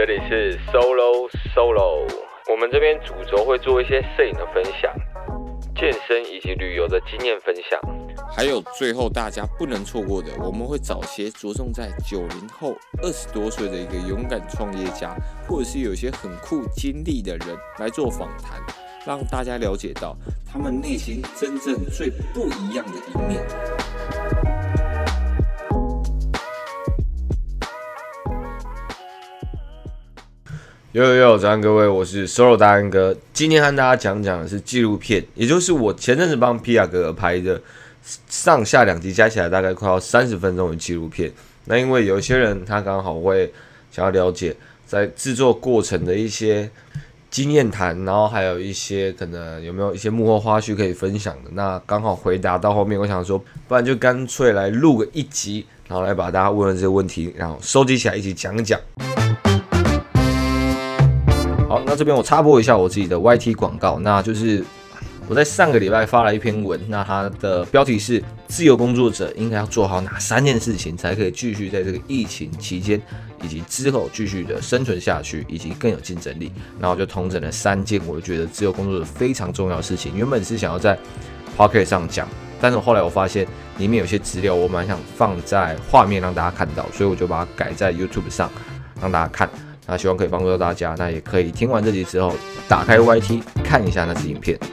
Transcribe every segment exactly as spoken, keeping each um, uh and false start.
里是 Solo Solo， 我们这边主轴会做一些摄影的分享、健身以及旅游的经验分享， 还有最后大家不能错过的，我们会找些着重在九零后、二十多岁的一个勇敢创业家，或者是有一些很酷经历的人来做访谈，让大家了解到他们内心真正最不一样的一面。 呦呦呦，早安各位，我是 Solo 大安哥。今天和大家讲讲的是纪录片，也就是我前阵子帮皮亚哥拍的上下两集加起来大概快要三十分钟的纪录片。那因为有些人他刚好会想要了解在制作过程的一些经验谈，然后还有一些可能有没有一些幕后花絮可以分享的。那刚好回答到后面，我想说，不然就干脆来录个一集，然后来把大家问的这些问题，然后收集起来一起讲一讲。好，那这边我插播一下我自己的 Y T 广告，那就是我在上个礼拜发了一篇文，那它的标题是自由工作者应该要做好哪三件事情，才可以继续在这个疫情期间以及之后继续的生存下去，以及更有竞争力。然后就统整了三件我觉得自由工作者非常重要的事情。原本是想要在 Podcast 上讲，但是后来我发现里面有些资料我蛮想放在画面让大家看到，所以我就把它改在 YouTube 上让大家看。那希望可以帮助到大家，那也可以听完这集之后，打开 Y T 看一下那支影片。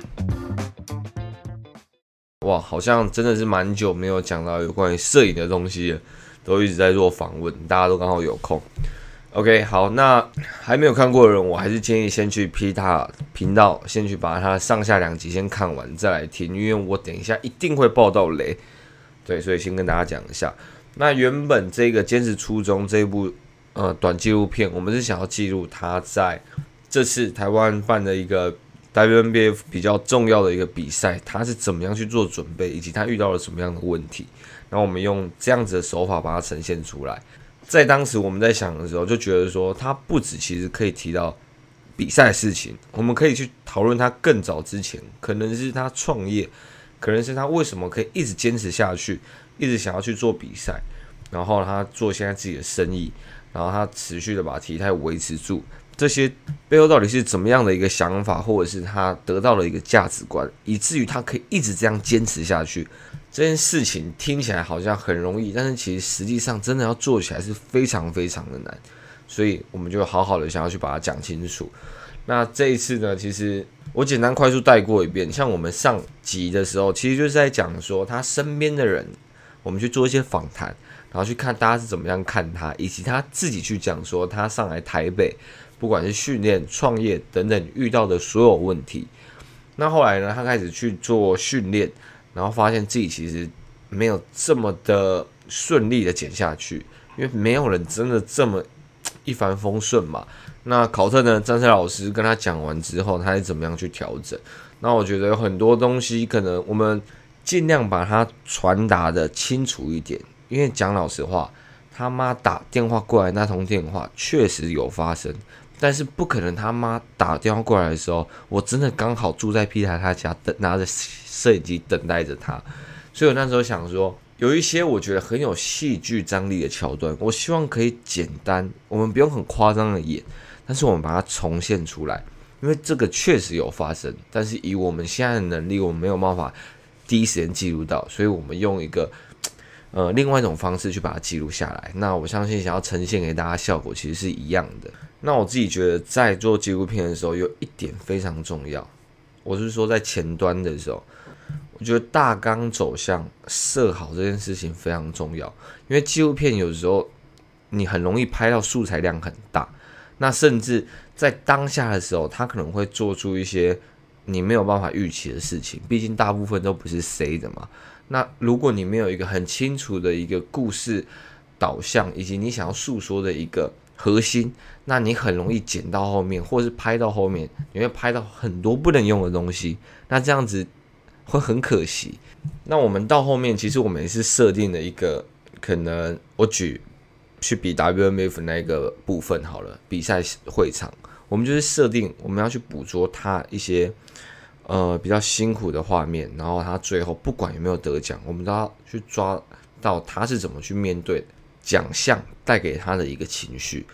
哇，好像真的是蛮久没有讲到有关于摄影的东西了，都一直在做访问，大家都刚好有空。OK， 好，那还没有看过的人，我还是建议先去 P 他频道，先去把它上下两集先看完再来听，因为我等一下一定会爆到雷。对，所以先跟大家讲一下。那原本这个坚持初衷这一部。呃，短纪录片，我们是想要记录他在这次台湾办的一个 W N B F 比较重要的一个比赛，他是怎么样去做准备，以及他遇到了什么样的问题。然后我们用这样子的手法把它呈现出来。在当时我们在想的时候，就觉得说，他不止其实可以提到比赛的事情，我们可以去讨论他更早之前，可能是他创业，可能是他为什么可以一直坚持下去，一直想要去做比赛，然后他做现在自己的生意。然后他持续的把体态维持住，这些背后到底是怎么样的一个想法，或者是他得到了一个价值观，以至于他可以一直这样坚持下去。这件事情听起来好像很容易，但是其实实际上真的要做起来是非常非常的难，所以我们就好好的想要去把它讲清楚。那这一次呢，其实我简单快速带过一遍，像我们上集的时候，其实就是在讲说他身边的人，我们去做一些访谈。然后去看大家是怎么样看他，以及他自己去讲说他上来台北，不管是训练、创业等等遇到的所有问题。那后来呢，他开始去做训练，然后发现自己其实没有这么的顺利的减下去，因为没有人真的这么一帆风顺嘛。那考特呢，张晨老师跟他讲完之后，他是怎么样去调整？那我觉得有很多东西可能我们尽量把它传达的清楚一点。因为讲老实话，他妈打电话过来那通电话确实有发生，但是不可能他妈打电话过来的时候，我真的刚好住在 P 台他家，等拿着摄影机等待着他。所以我那时候想说，有一些我觉得很有戏剧张力的桥段，我希望可以简单，我们不用很夸张的演，但是我们把它重现出来，因为这个确实有发生，但是以我们现在的能力，我们没有办法第一时间记录到，所以我们用一个。呃，另外一种方式去把它记录下来，那我相信想要呈现给大家效果其实是一样的。那我自己觉得在做纪录片的时候，有一点非常重要，我是说在前端的时候，我觉得大纲走向设好这件事情非常重要，因为纪录片有时候你很容易拍到素材量很大，那甚至在当下的时候，他可能会做出一些你没有办法预期的事情，毕竟大部分都不是 C 的嘛。那如果你没有一个很清楚的一个故事导向，以及你想要诉说的一个核心，那你很容易剪到后面，或是拍到后面，你会拍到很多不能用的东西，那这样子会很可惜。那我们到后面，其实我们也是设定了一个，可能我举去比 W M F 那个部分好了，比赛会场，我们就是设定我们要去捕捉它一些。呃，比较辛苦的画面，然后他最后不管有没有得奖，我们都要去抓到他是怎么去面对奖项带给他的一个情绪。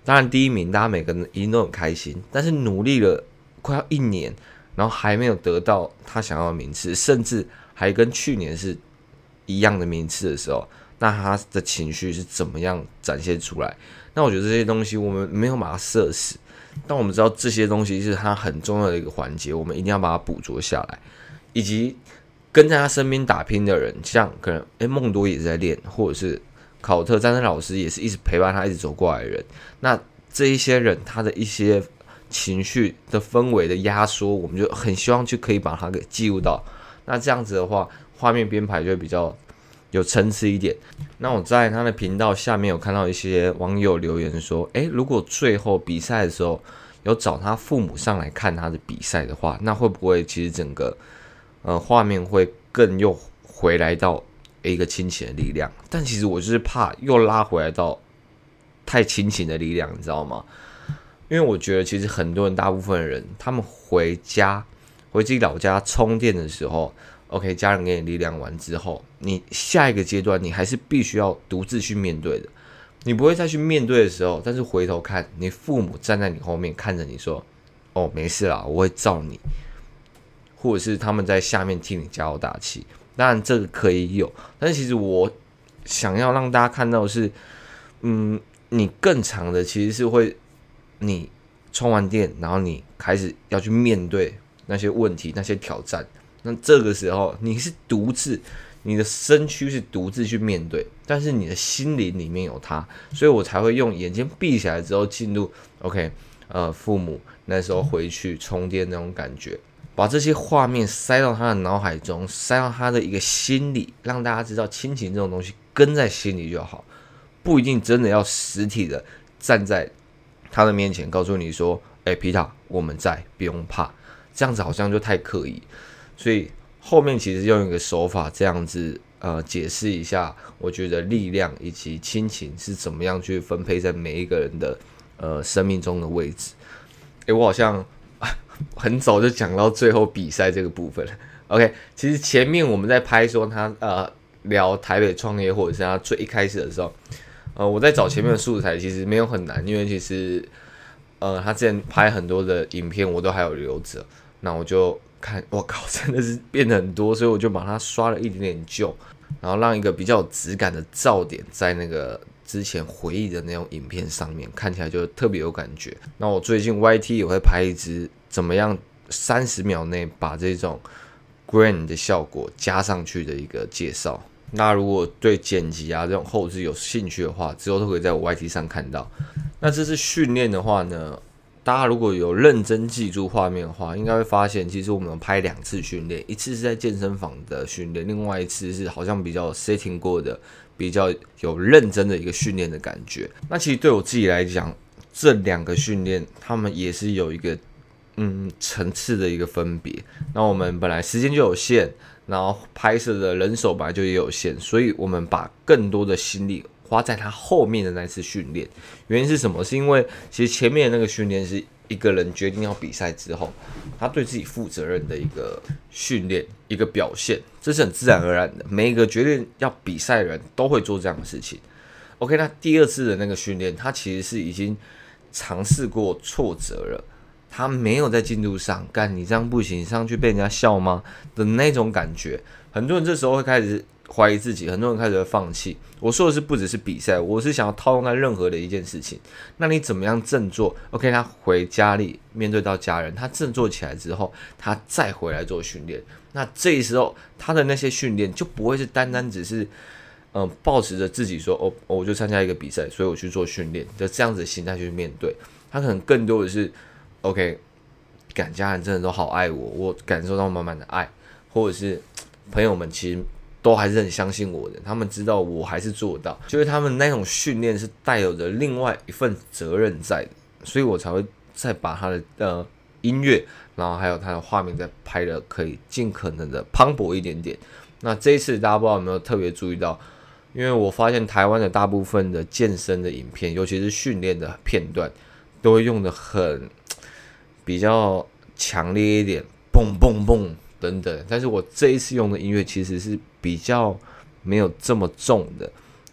当然第一名大家每个人一定都很开心，但是努力了快要一年，然后还没有得到他想要的名次，甚至还跟去年是一样的名次的时候，那他的情绪是怎么样展现出来？那我觉得这些东西我们没有把它射死，但我们知道这些东西是他很重要的一个环节，我们一定要把它捕捉下来，以及跟在他身边打拼的人，像可能哎梦多也是在练，或者是考特詹森老师也是一直陪伴他一直走过来的人，那这一些人他的一些情绪的氛围的压缩，我们就很希望就可以把它给记录到。那这样子的话，画面编排就会比较有层次一点。那我在他的频道下面有看到一些网友留言说，诶，如果最后比赛的时候有找他父母上来看他的比赛的话，那会不会其实整个呃画面会更又回来到一个亲情的力量？但其实我就是怕又拉回来到太亲情的力量，你知道吗？因为我觉得其实很多人，大部分的人，他们回家回自己老家充电的时候 ，OK， 家人给你力量完之后，你下一个阶段你还是必须要独自去面对的。你不会再去面对的时候，但是回头看，你父母站在你后面看着你说：“哦，没事啦，我会罩你。”或者是他们在下面替你加油打气。当然这个可以有，但是其实我想要让大家看到的是，嗯，你更长的其实是会，你充完电，然后你开始要去面对那些问题、那些挑战。那这个时候你是独自，你的身躯是独自去面对，但是你的心灵里面有他，所以我才会用眼睛闭起来之后进入 OK， 呃，父母那时候回去充电那种感觉。把这些画面塞到他的脑海中，塞到他的一个心里，让大家知道亲情这种东西跟在心里就好，不一定真的要实体的站在他的面前告诉你说：“哎、欸，皮塔，我们在，不用怕。”这样子好像就太刻意。所以后面其实用一个手法这样子呃解释一下，我觉得力量以及亲情是怎么样去分配在每一个人的呃生命中的位置。哎、欸，我好像。很早就讲到最后比赛这个部分了。OK， 其实前面我们在拍说他呃聊台北创业，或者是他最一开始的时候，呃，我在找前面的素材其实没有很难，因为其实呃他之前拍很多的影片我都还有留着，那我就看，我靠，真的是变得很多，所以我就把它刷了一点点旧，然后让一个比较有质感的噪点在那个之前回忆的那种影片上面，看起来就特别有感觉。那我最近 Y T 也会拍一支怎么样三十秒内把这种 grand 的效果加上去的一个介绍。那如果对剪辑啊这种后置有兴趣的话，之后都可以在我 Y T 上看到。那这次训练的话呢，大家如果有认真记住画面的话，应该会发现其实我们有拍两次训练，一次是在健身房的训练，另外一次是好像比较 setting 过的，比较有认真的一个训练的感觉。那其实对我自己来讲，这两个训练他们也是有一个嗯层次的一个分别。那我们本来时间就有限，然后拍摄的人手本来就也有限，所以我们把更多的心力花在他后面的那次训练。原因是什么？是因为其实前面的那个训练是一个人决定要比赛之后，他对自己负责任的一个训练，一个表现，这是很自然而然的。每一个决定要比赛的人都会做这样的事情。OK， 那第二次的那个训练，他其实是已经尝试过挫折了。他没有在进度上，干你这样不行，上去被人家笑吗的那种感觉，很多人这时候会开始怀疑自己，很多人开始会放弃。我说的是不只是比赛，我是想要套用在任何的一件事情。那你怎么样振作 ？OK， 他回家里面对到家人，他振作起来之后，他再回来做训练。那这时候他的那些训练就不会是单单只是嗯、呃，抱持着自己说哦，我就参加一个比赛，所以我去做训练的这样子的心态去面对。他可能更多的是。OK， 感家人真的都好爱我，我感受到满满的爱，或者是朋友们其实都还是很相信我的，他们知道我还是做得到，就是他们那种训练是带有着另外一份责任在的，所以我才会再把他的呃音乐，然后还有他的画面再拍的可以尽可能的磅礴一点点。那这一次大家不知道有没有特别注意到，因为我发现台湾的大部分的健身的影片，尤其是训练的片段，都会用的很。比较强烈一点，蹦蹦蹦等等。但是我这一次用的音乐其实是比较没有这么重的，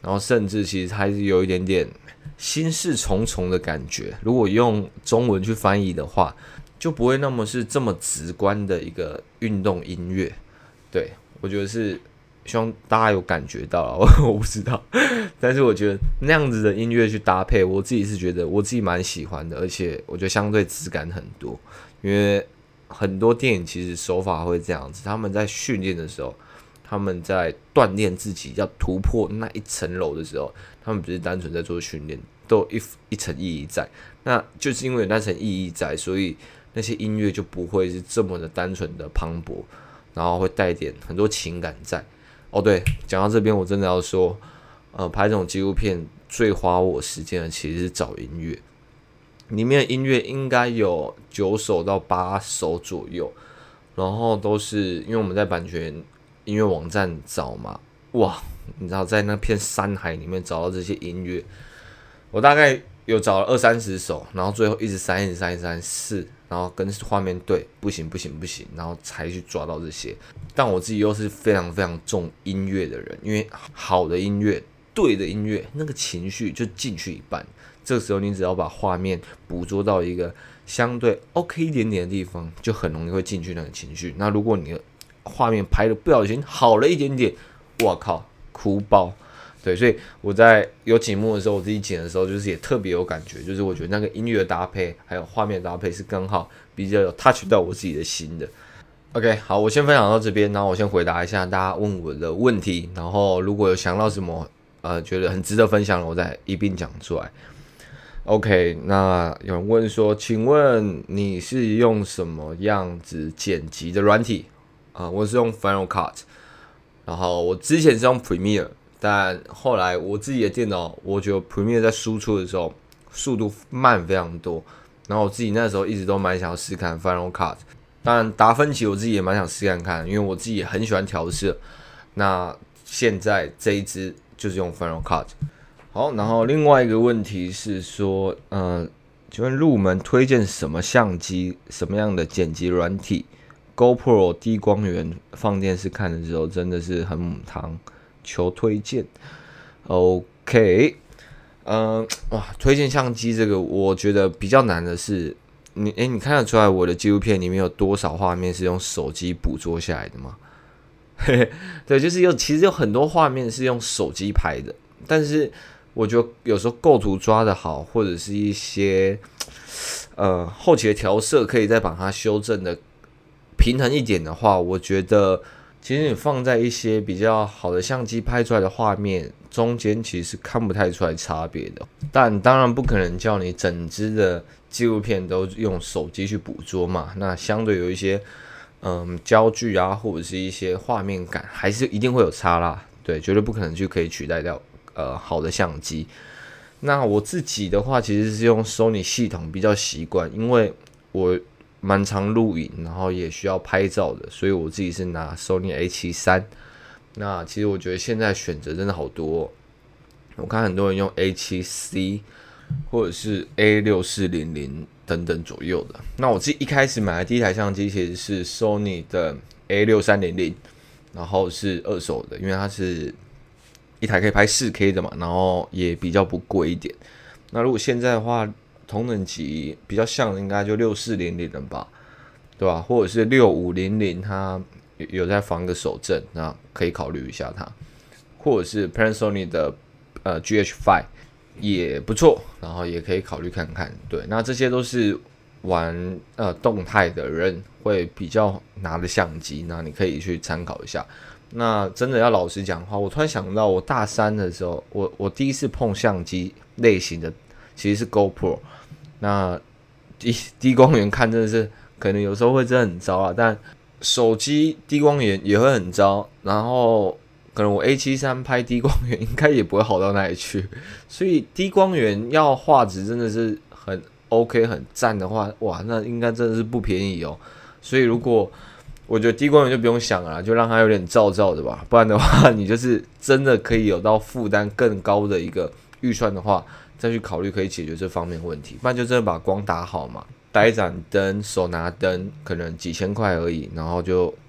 然后甚至其实还是有一点点心事重重的感觉。如果用中文去翻译的话，就不会那么是这么直观的一个运动音乐。对，我觉得是希望大家有感觉到了，我不知道，但是我觉得那样子的音乐去搭配，我自己是觉得我自己蛮喜欢的，而且我觉得相对质感很多，因为很多电影其实手法会这样子，他们在训练的时候，他们在锻炼自己要突破那一层楼的时候，他们不是单纯在做训练，都有 一, 一层意义在。那就是因为有那层意义在，所以那些音乐就不会是这么的单纯的磅礴，然后会带点很多情感在。哦，对，讲到这边，我真的要说，呃，拍这种纪录片最花我时间的其实是找音乐，里面的音乐应该有九首到八首左右，然后都是因为我们在版权音乐网站找嘛，哇，你知道在那片山海里面找到这些音乐，我大概有找了二三十首，然后最后一直删，一直删，一直删，是，然后跟画面对，不行不行不行，然后才去抓到这些。但我自己又是非常非常重音乐的人，因为好的音乐、对的音乐，那个情绪就进去一半。这个时候你只要把画面捕捉到一个相对 OK 一点点的地方，就很容易会进去那个情绪。那如果你的画面拍的不小心好了一点点，哇靠，哭爆！对，所以我在有节目的时候，我自己剪的时候，就是也特别有感觉，就是我觉得那个音乐的搭配还有画面的搭配是刚好比较有 touch 到我自己的心的。OK， 好，我先分享到这边，然后我先回答一下大家问我的问题，然后如果有想到什么呃觉得很值得分享的，我再一并讲出来。OK， 那有人问说，请问你是用什么样子剪辑的软体？啊、呃，我是用 Final Cut， 然后我之前是用 Premiere， 但后来我自己的电脑，我觉得 Premiere 在输出的时候速度慢非常多，然后我自己那时候一直都蛮想要试看 Final Cut。当然，达芬奇我自己也蛮想试看看，因为我自己也很喜欢调色。那现在这一支就是用 Final Cut。好，然后另外一个问题是说，呃，请问入门推荐什么相机、什么样的剪辑软体 ？GoPro 低光源放电视看的时候真的是很母汤，求推荐。OK， 呃，哇，推荐相机这个我觉得比较难的是。你哎，你看得出来我的纪录片里面有多少画面是用手机捕捉下来的吗？对，就是有，其实有很多画面是用手机拍的，但是我觉得有时候构图抓得好，或者是一些呃后期的调色可以再把它修正的平衡一点的话，我觉得其实你放在一些比较好的相机拍出来的画面中间，其实看不太出来差别的。但当然不可能叫你整支的纪录片都用手机去捕捉嘛，那相对有一些嗯焦距啊，或者是一些画面感，还是一定会有差啦。对，绝对不可能就可以取代掉呃好的相机。那我自己的话，其实是用 Sony 系统比较习惯，因为我蛮常录影，然后也需要拍照的，所以我自己是拿 Sony A 七十三。那其实我觉得现在选择真的好多哦，我看很多人用 A 七 C。或者是 A 六四零零 等等左右的。那我自己一开始买的第一台相机其实是 Sony 的 A 六三零零，然后是二手的，因为它是一台可以拍 四 K 的嘛，然后也比较不贵一点。那如果现在的话，同等级比较像的应该就六四零零了吧，对吧？或者是六五零零，它有在防个手震，那可以考虑一下它。或者是 Panasonic 的呃 G H 五。也不错，然后也可以考虑看看。对，那这些都是玩呃动态的人会比较拿的相机，那你可以去参考一下。那真的要老实讲的话，我突然想到，我大三的时候，我我第一次碰相机类型的其实是 GoPro。那低低光源看真的是可能有时候会真的很糟啊，但手机低光源也会很糟，然后。可能我 A 七十三 拍低光源应该也不会好到哪里去，所以低光源要画质真的是很 OK 很赞的话，哇，那应该真的是不便宜哦。所以如果我觉得低光源就不用想了啦，就让它有点照照的吧，不然的话你就是真的可以有到负担更高的一个预算的话，再去考虑可以解决这方面的问题，不然就真的把光打好嘛，带一盏灯、手拿灯，可能几千块而已，然后就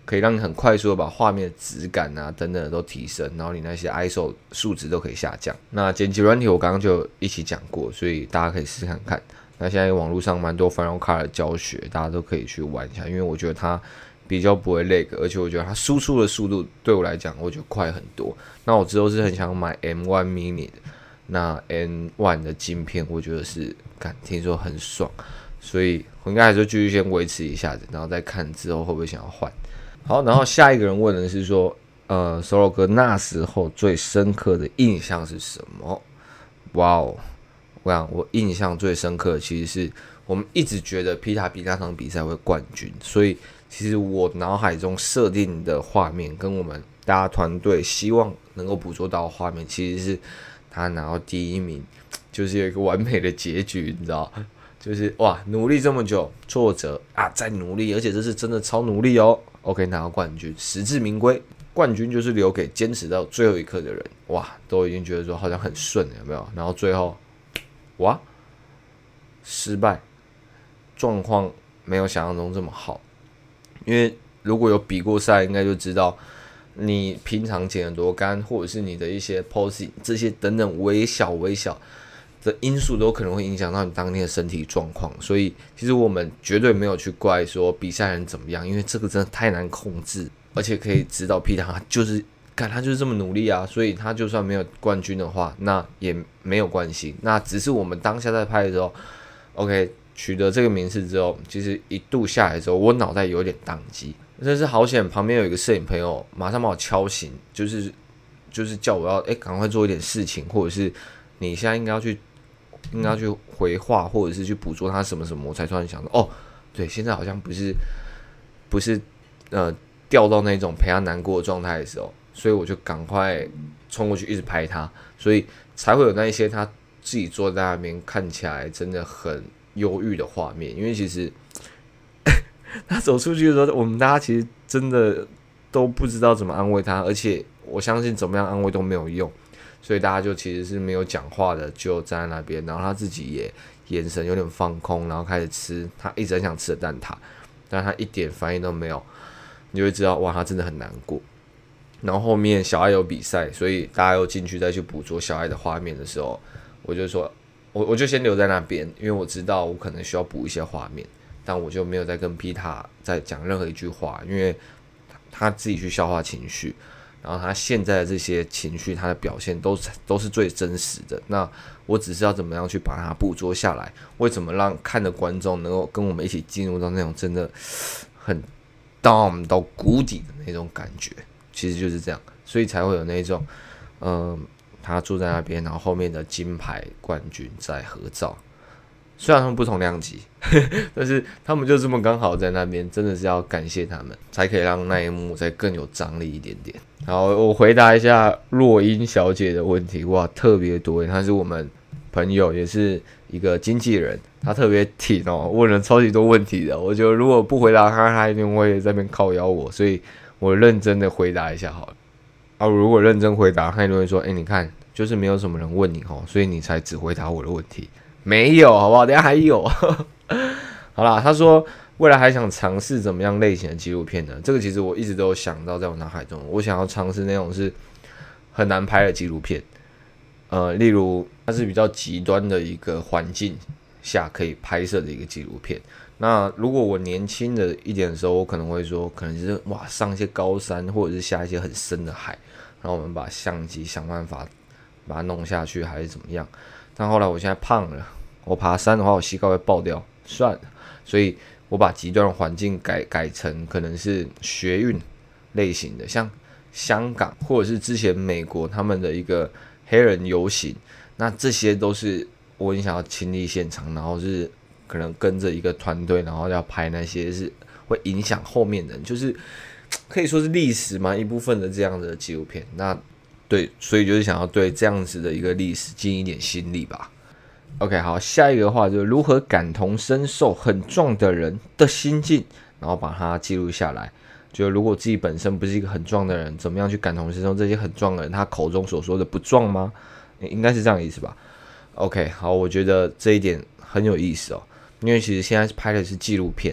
可以让你很快速的把画面的质感啊等等的都提升，然后你那些 I S O 数值都可以下降。那剪辑软体我刚刚就一起讲过，所以大家可以试看看。那现在网络上蛮多 Final Cut 的教学，大家都可以去玩一下，因为我觉得它比较不会 lag， 而且我觉得它输出的速度对我来讲，我觉得快很多。那我之后是很想买 M 一 Mini 的，那 M 一 的晶片，我觉得是，感听说很爽，所以我应该还是继续先维持一下子，然后再看之后会不会想要换。好，然后下一个人问的是说，呃 ，Solo 哥那时候最深刻的印象是什么？哇哦！我想我印象最深刻的其实是我们一直觉得皮塔比那场比赛会冠军，所以其实我脑海中设定的画面跟我们大家团队希望能够捕捉到的画面，其实是他拿到第一名，就是有一个完美的结局，你知道，就是哇，努力这么久，挫折啊，再努力，而且这是真的超努力哦。OK， 拿到冠军，实至名归。冠军就是留给坚持到最后一刻的人，哇，都已经觉得说好像很顺了，有没有？然后最后。哇，失败，状况没有想象中这么好。因为如果有比过赛，应该就知道，你平常减很多杆，或者是你的一些 posing 这些等等微小微小的因素，都可能会影响到你当天的身体状况。所以，其实我们绝对没有去怪说比赛人怎么样，因为这个真的太难控制，而且可以知道皮塔就是。看他就是这么努力啊，所以他就算没有冠军的话，那也没有关系。那只是我们当下在拍的时候 ，OK 取得这个名次之后，其实一度下来之后，我脑袋有点宕机，真是好险。旁边有一个摄影朋友，马上把我敲醒，就是就是叫我要哎赶快做一点事情，或者是你现在应该要去应该要去回话，或者是去捕捉他什么什么。我才突然想到，哦，对，现在好像不是不是呃掉到那种陪他难过的状态的时候。所以我就赶快冲过去，一直拍他，所以才会有那一些他自己坐在那边看起来真的很忧郁的画面。因为其实他走出去的时候，我们大家其实真的都不知道怎么安慰他，而且我相信怎么样安慰都没有用，所以大家就其实是没有讲话的，就站在那边，然后他自己也眼神有点放空，然后开始吃他一直很想吃的蛋挞，但他一点反应都没有，你就会知道哇，他真的很难过。然后后面小爱有比赛，所以大家又进去再去捕捉小爱的画面的时候，我就说，我我就先留在那边，因为我知道我可能需要补一些画面，但我就没有再跟皮塔再讲任何一句话，因为他自己去消化情绪，然后他现在的这些情绪，他的表现都是都是最真实的。那我只是要怎么样去把它捕捉下来，为怎么让看的观众能够跟我们一起进入到那种真的很 down 到谷底的那种感觉。其实就是这样，所以才会有那种，嗯、呃，他坐在那边，然后后面的金牌冠军在合照。虽然他们不同量级，但是他们就这么刚好在那边，真的是要感谢他们，才可以让那一幕再更有张力一点点。好，我回答一下若英小姐的问题，哇，特别多，她是我们朋友，也是一个经纪人，他特别挺哦，问了超级多问题的。我觉得如果不回答他，他一定会在那边靠腰我，所以。我认真的回答一下好了，啊，如果认真回答，他一定会说，哎、欸，你看，就是没有什么人问你哦，所以你才只回答我的问题，没有，好不好？等一下还有，好啦，他说未来还想尝试怎么样类型的纪录片呢？这个其实我一直都有想到，在我脑海中，我想要尝试那种是很难拍的纪录片，呃，例如它是比较极端的一个环境下可以拍摄的一个纪录片。那如果我年轻的一点的时候，我可能会说，可能就是哇上一些高山，或者是下一些很深的海，然后我们把相机想办法把它弄下去，还是怎么样。但后来我现在胖了，我爬山的话，我膝盖会爆掉，算了，所以我把极端的环境改改成可能是学运类型的，像香港或者是之前美国他们的一个黑人游行，那这些都是我很想要亲历现场，然后是。可能跟着一个团队，然后要拍那些是会影响后面的人，就是可以说是历史嘛一部分的这样的纪录片。那对，所以就是想要对这样子的一个历史尽一点心力吧。OK， 好，下一个的话就是如何感同身受很壮的人的心境，然后把它记录下来。就如果自己本身不是一个很壮的人，怎么样去感同身受这些很壮的人他口中所说的不壮吗？应该是这样的意思吧。OK， 好，我觉得这一点很有意思哦。因为其实现在拍的是纪录片，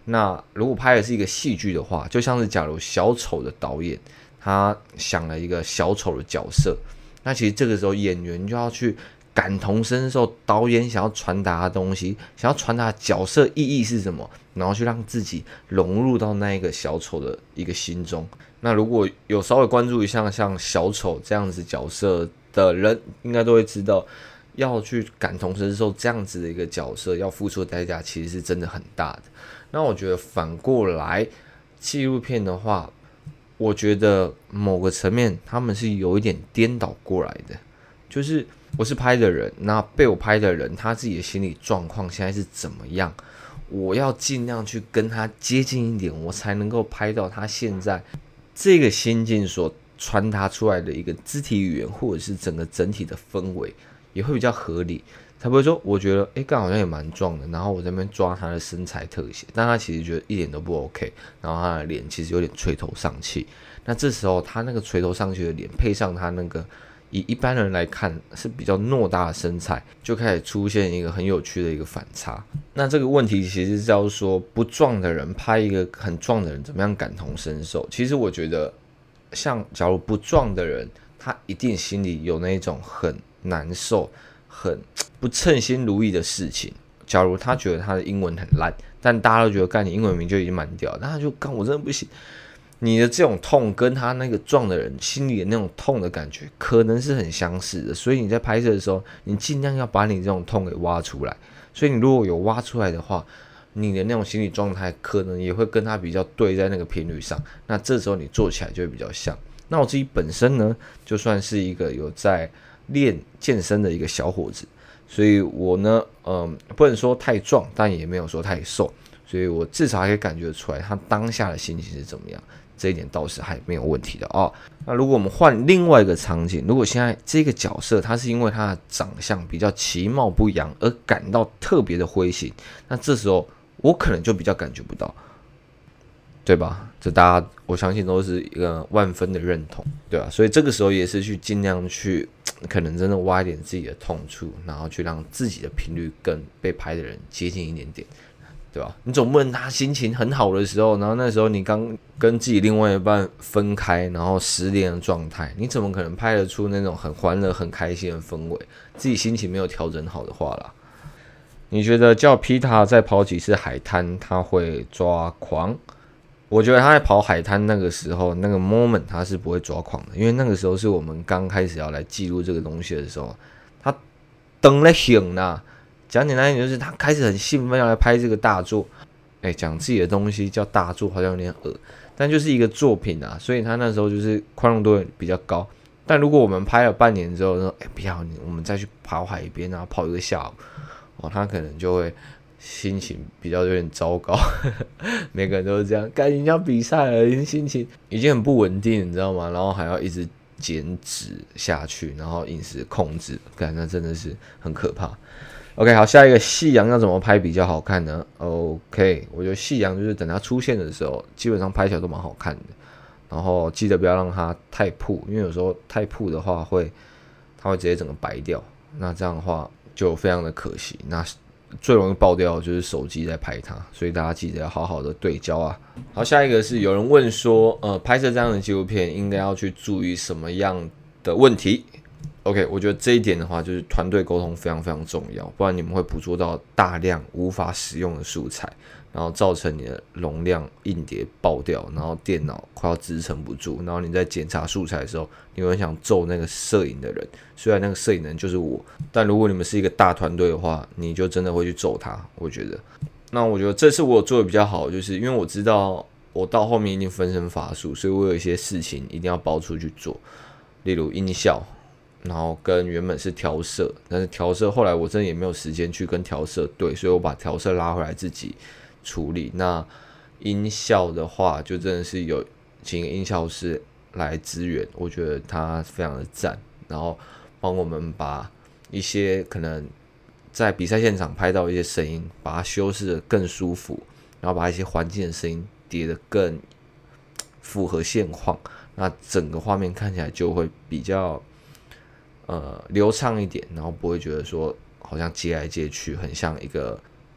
那如果拍的是一个戏剧的话，就像是假如小丑的导演他想了一个小丑的角色，那其实这个时候演员就要去感同身受导演想要传达的东西，想要传达的角色意义是什么，然后去让自己融入到那一个小丑的一个心中。那如果有稍微关注一下像小丑这样子角色的人，应该都会知道，要去感同身受这样子的一个角色，要付出的代价其实是真的很大的。那我觉得反过来，纪录片的话，我觉得某个层面他们是有一点颠倒过来的，就是我是拍的人，那被我拍的人他自己的心理状况现在是怎么样，我要尽量去跟他接近一点，我才能够拍到他现在这个心境所传达出来的一个肢体语言，或者是整个整体的氛围也会比较合理。他不会说我觉得哎，干好像也蛮壮的，然后我在那边抓他的身材特写，但他其实觉得一点都不 OK， 然后他的脸其实有点垂头丧气。那这时候他那个垂头丧气的脸，配上他那个以一般人来看是比较偌大的身材，就开始出现一个很有趣的一个反差。那这个问题其实是叫说，不壮的人拍一个很壮的人，怎么样感同身受？其实我觉得，像假如不壮的人，他一定心里有那种很难受、很不称心如意的事情。假如他觉得他的英文很烂，但大家都觉得干你英文名就已经蛮屌，但他就干我真的不行。你的这种痛跟他那个壮的人心里的那种痛的感觉可能是很相似的，所以你在拍摄的时候，你尽量要把你这种痛给挖出来。所以你如果有挖出来的话，你的那种心理状态可能也会跟他比较对在那个频率上，那这时候你做起来就会比较像。那我自己本身呢，就算是一个有在练健身的一个小伙子，所以我呢，嗯，不能说太壮，但也没有说太瘦，所以我至少还可以感觉出来他当下的心情是怎么样。这一点倒是还没有问题的哦。那如果我们换另外一个场景，如果现在这个角色他是因为他的长相比较其貌不扬而感到特别的灰心，那这时候我可能就比较感觉不到，对吧？这大家我相信都是一个万分的认同，对吧？所以这个时候也是去尽量去，可能真的挖一点自己的痛处，然后去让自己的频率跟被拍的人接近一点点。对吧？你总不能他心情很好的时候，然后那时候你刚跟自己另外一半分开，然后失恋的状态，你怎么可能拍得出那种很欢乐、很开心的氛围？自己心情没有调整好的话啦，你觉得叫皮塔再跑几次海滩，他会抓狂？我觉得他在跑海滩那个时候，那个 moment 他是不会抓狂的，因为那个时候是我们刚开始要来记录这个东西的时候，他等在醒啦。讲简单一点，就是他开始很兴奋要来拍这个大作。哎，讲自己的东西叫大作，好像有点恶，但就是一个作品啊，所以他那时候就是宽容度比较高。但如果我们拍了半年之后说，哎，不要，我们再去跑海边啊，跑一个下午，哦，他可能就会心情比较有点糟糕。每个人都是这样，赶紧要比赛了，心情已经很不稳定，你知道吗？然后还要一直减脂下去，然后饮食控制，感那真的是很可怕。OK， 好，下一个夕阳要怎么拍比较好看呢 ？OK， 我觉得夕阳就是等它出现的时候，基本上拍起来都蛮好看的。然后记得不要让它太曝，因为有时候太曝的话会，它会直接整个白掉。那这样的话就非常的可惜。那最容易爆掉的就是手机在拍它，所以大家记得要好好的对焦啊。好，下一个是有人问说，呃，拍摄这样的纪录片应该要去注意什么样的问题？ OK， 我觉得这一点的话，就是团队沟通非常非常重要，不然你们会捕捉到大量无法使用的素材，然后造成你的容量硬碟爆掉，然后电脑快要支撑不住，然后你在检查素材的时候，你会很想揍那个摄影的人，虽然那个摄影的人就是我，但如果你们是一个大团队的话，你就真的会去揍他。我觉得，那我觉得这次我有做的比较好，就是因为我知道我到后面一定分身乏术，所以我有一些事情一定要包出去做，例如音效。然后跟原本是调色，但是调色后来我真的也没有时间去跟调色对，所以我把调色拉回来自己处理。那音效的话，就真的是有请音效师来支援，我觉得他非常的赞，然后帮我们把一些可能在比赛现场拍到一些声音，把它修饰的更舒服，然后把一些环境的声音叠得更符合现况，那整个画面看起来就会比较。呃，流畅一点，然后不会觉得说好像接来接去，很像一个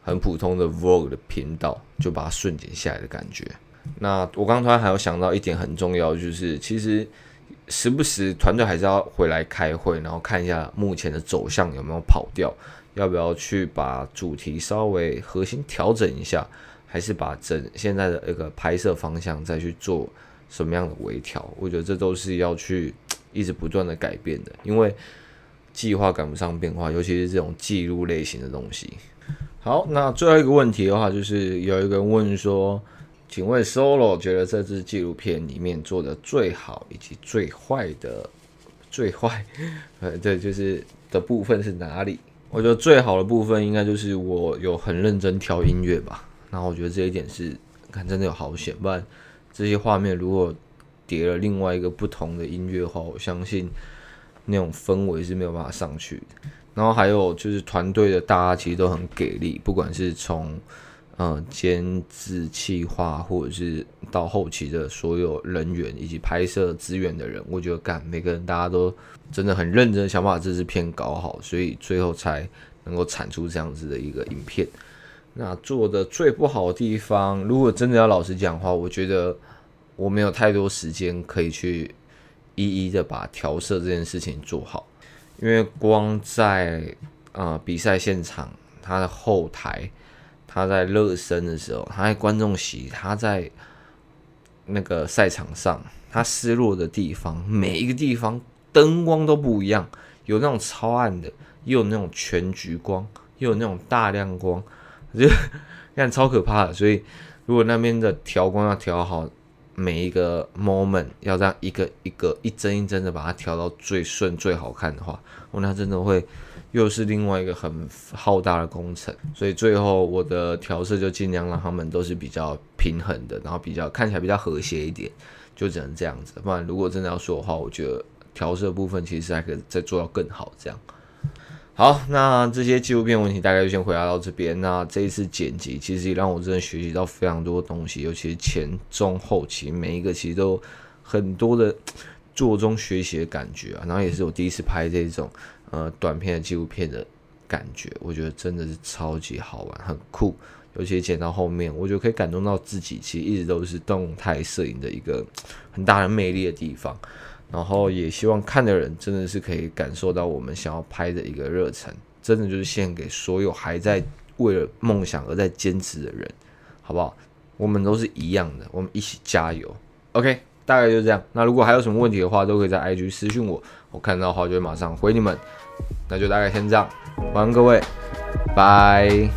很普通的 vlog 的频道，就把它顺剪下来的感觉。那我刚突然还有想到一点很重要，就是其实时不时团队还是要回来开会，然后看一下目前的走向有没有跑掉，要不要去把主题稍微核心调整一下，还是把整现在的一个拍摄方向再去做什么样的微调。我觉得这都是要去一直不断的改变的，因为计划赶不上变化，尤其是这种记录类型的东西。好，那最后一个问题的话，就是有一个人问说，请问 Solo 觉得这支纪录片里面做的最好以及最坏的最坏，呃，对，就是的部分是哪里？我觉得最好的部分应该就是我有很认真挑音乐吧，然后我觉得这一点是看真的有好险，不然这些画面如果叠了另外一个不同的音乐的话，我相信那种氛围是没有办法上去的。然后还有就是团队的大家其实都很给力，不管是从呃监制、企划，或者是到后期的所有人员以及拍摄资源的人，我觉得干每个人大家都真的很认真的想把这支片搞好，所以最后才能够产出这样子的一个影片。那做的最不好的地方，如果真的要老实讲的话，我觉得我没有太多时间可以去一一的把调色这件事情做好，因为光在呃比赛现场，他的后台，他在热身的时候，他在观众席，他在那个赛场上，他失落的地方，每一个地方灯光都不一样，有那种超暗的，也有那种全局光，也有那种大亮光，我觉得看超可怕的。所以如果那边的调光要调好，每一个 moment 要这样一个一个一帧一帧的把它调到最顺最好看的话，哦，那真的会又是另外一个很浩大的工程。所以最后我的调色就尽量让他们都是比较平衡的，然后比较看起来比较和谐一点，就只能这样子。不然如果真的要说的话，我觉得调色部分其实还可以再做到更好这样。好，那这些纪录片问题大概就先回答到这边。那这一次剪辑其实也让我真的学习到非常多东西，尤其是前中后期每一个其实都有很多的做中学习的感觉啊。然后也是我第一次拍这种呃短片的纪录片的感觉，我觉得真的是超级好玩，很酷。尤其剪到后面，我觉得可以感动到自己，其实一直都是动态摄影的一个很大的魅力的地方。然后也希望看的人真的是可以感受到我们想要拍的一个热忱，真的就是献给所有还在为了梦想而在坚持的人，好不好？我们都是一样的，我们一起加油。OK， 大概就这样。那如果还有什么问题的话，都可以在 I G 私讯我，我看到的话就会马上回你们。那就大概先这样，晚安各位，拜。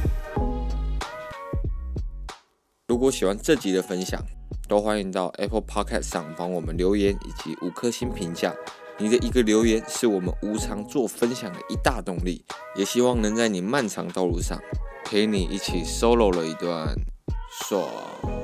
如果喜欢这集的分享，都欢迎到 Apple Podcast 上帮我们留言以及五颗星评价。你的一个留言是我们无偿做分享的一大动力，也希望能在你漫长道路上陪你一起 solo 了一段爽。